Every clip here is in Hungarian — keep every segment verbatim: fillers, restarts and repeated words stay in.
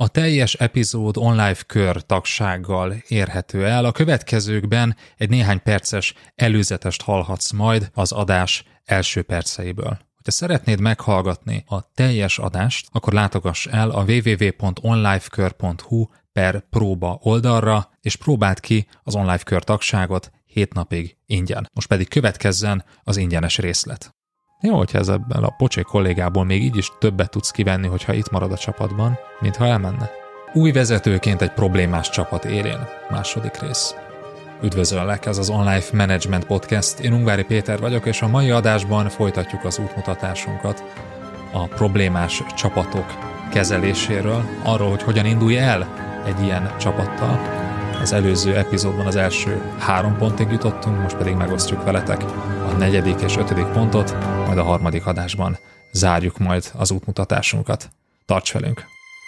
A teljes epizód online kör tagsággal érhető el. A következőkben egy néhány perces előzetest hallhatsz majd az adás első perceiből. Ha szeretnéd meghallgatni a teljes adást, akkor látogass el a www.onlifekör.hu per próba oldalra, és próbáld ki az online kör tagságot hét napig ingyen. Most pedig következzen az ingyenes részlet. Jó, hogyha ez ebből a pocsék kollégából még így is többet tudsz kivenni, hogyha itt marad a csapatban, mint ha elmenne. Új vezetőként egy problémás csapat élén. Második rész. Üdvözöllek, ez az Online Management Podcast. Én Ungvári Péter vagyok, és a mai adásban folytatjuk az útmutatásunkat a problémás csapatok kezeléséről, arról, hogy hogyan indulj el egy ilyen csapattal. Az előző epizódban az első három pontig jutottunk, most pedig megosztjuk veletek a negyedik és ötödik pontot, majd a harmadik adásban zárjuk majd az útmutatásunkat. Tarts velünk!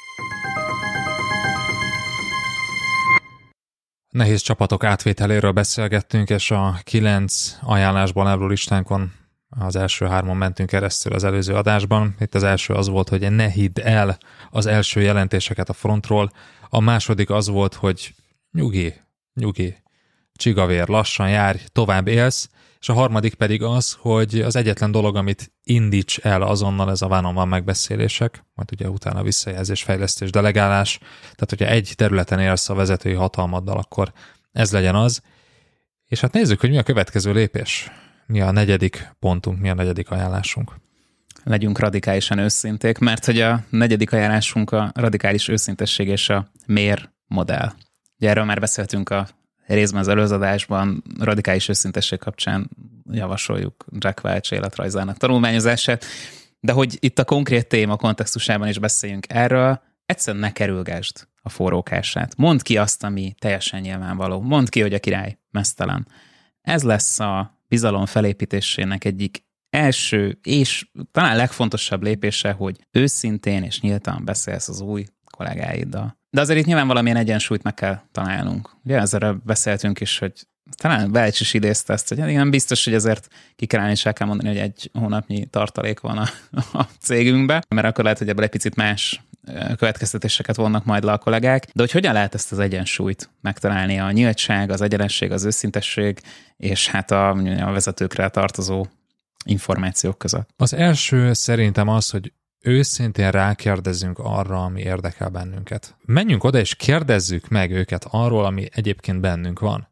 Nehéz csapatok átvételéről beszélgettünk, és a kilenc ajánlásban álló listánkon az első hárman mentünk keresztül az előző adásban. Itt az első az volt, hogy ne hidd el az első jelentéseket a frontról. A második az volt, hogy nyugi, nyugi, csigavér, lassan járj, tovább élsz, és a harmadik pedig az, hogy az egyetlen dolog, amit indíts el azonnal, ez a one-on-one megbeszélések, majd ugye utána visszajelzés, fejlesztés, delegálás, tehát hogyha egy területen élsz a vezetői hatalmaddal, akkor ez legyen az. És hát nézzük, hogy mi a következő lépés, mi a negyedik pontunk, mi a negyedik ajánlásunk. Legyünk radikálisan őszinték, mert hogy a negyedik ajánlásunk a radikális őszintesség és a mér modell. Ugye erről már beszéltünk a részben az előző adásban, radikális őszintesség kapcsán javasoljuk Jack Welch életrajzának tanulmányozását, de hogy itt a konkrét téma kontextusában is beszéljünk erről, egyszerűen ne kerülgesd a forrókását. Mondd ki azt, ami teljesen nyilvánvaló. Mondd ki, hogy a király meztelen. Ez lesz a bizalom felépítésének egyik első és talán legfontosabb lépése, hogy őszintén és nyíltan beszélsz az új kollégáiddal. De azért itt nyilván valamilyen egyensúlyt meg kell találnunk. Ugye ezzel beszéltünk is, hogy talán Welch is idézte ezt, hogy nem biztos, hogy azért ki kell állni, és el kell mondani, hogy egy hónapnyi tartalék van a, a cégünkben, mert akkor lehet, hogy ebből egy picit más következtetéseket vonnak majd le a kollégák. De hogy hogyan lehet ezt az egyensúlyt megtalálni, a nyíltság, az egyenesség, az őszintesség, és hát a, a vezetőkre tartozó információk között? Az első szerintem az, hogy őszintén rákérdezzünk arra, ami érdekel bennünket. Menjünk oda, és kérdezzük meg őket arról, ami egyébként bennünk van.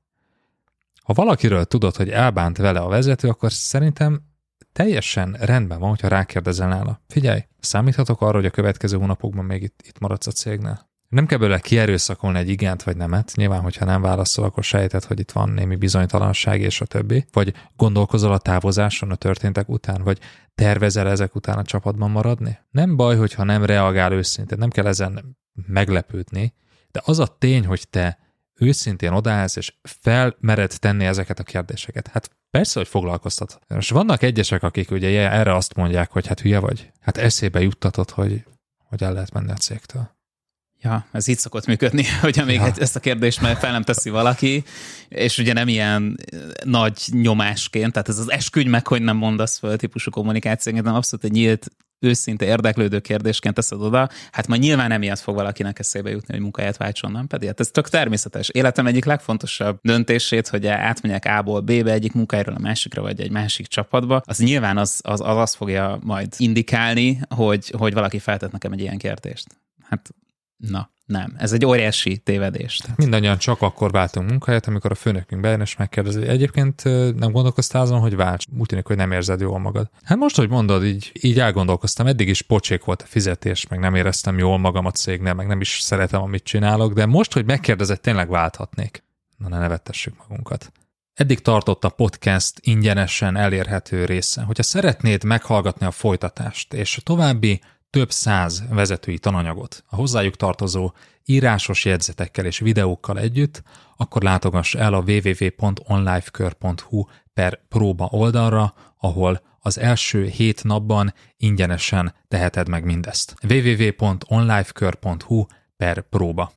Ha valakiről tudod, hogy elbánt vele a vezető, akkor szerintem teljesen rendben van, hogyha rákérdezel nála. Figyelj, számíthatok arra, hogy a következő hónapokban még itt, itt maradsz a cégnél. Nem kell belőle kierőszakolni egy igent vagy nemet. Nyilván, hogyha nem válaszol, akkor sejted, hogy itt van némi bizonytalanság és a többi. Vagy gondolkozol a távozáson, a történtek után, vagy tervezel ezek után a csapatban maradni? Nem baj, hogyha nem reagál őszintén, nem kell ezen meglepődni, de az a tény, hogy te őszintén odaállsz, és felmered tenni ezeket a kérdéseket. Hát persze, hogy foglalkoztat. Most vannak egyesek, akik ugye erre azt mondják, hogy hát hülye vagy. Hát eszébe juttatod, hogy, hogy el lehet menni a cégtől. Ja, ez így szokott működni, hogyha még ja. ezt a kérdést már fel nem teszi valaki, és ugye nem ilyen nagy nyomásként, tehát ez az esküdj meg, hogy nem mondasz föl típusú kommunikációként, nem abszolút egy nyílt, őszinte érdeklődő kérdésként teszed oda, hát majd nyilván emiatt fog valakinek eszébe jutni, hogy munkáját váltson, nem pedig? Hát ez tök természetes. Életem egyik legfontosabb döntését, hogy átmegyek A-ból B-be egyik munkáról a másikra, vagy egy másik csapatba, az nyilván az, az, az azt fogja majd indikálni, hogy, hogy valaki feltett nekem egy ilyen kérdést. Hát na, nem. Ez egy óriási tévedés. Tehát. Mindannyian csak akkor váltunk munkahelyet, amikor a főnökünk bejön és megkérdezi, egyébként nem gondolkoztál azon, hogy válts? Úgy tűnik, hogy nem érzed jól magad. Hát most, hogy mondod, így, így elgondolkoztam, eddig is pocsék volt a fizetés, meg nem éreztem jól magam a cégnél, meg nem is szeretem, amit csinálok, de most, hogy megkérdezed, tényleg válthatnék. Na, ne nevettessük magunkat. Eddig tartott a podcast ingyenesen elérhető része. Hogyha szeretnéd meghallgatni a folytatást, és a további több száz vezetői tananyagot a hozzájuk tartozó írásos jegyzetekkel és videókkal együtt, akkor látogass el a www.onlifekör.hu per próba oldalra, ahol az első hét napban ingyenesen teheted meg mindezt. www.onlifekör.hu per próba.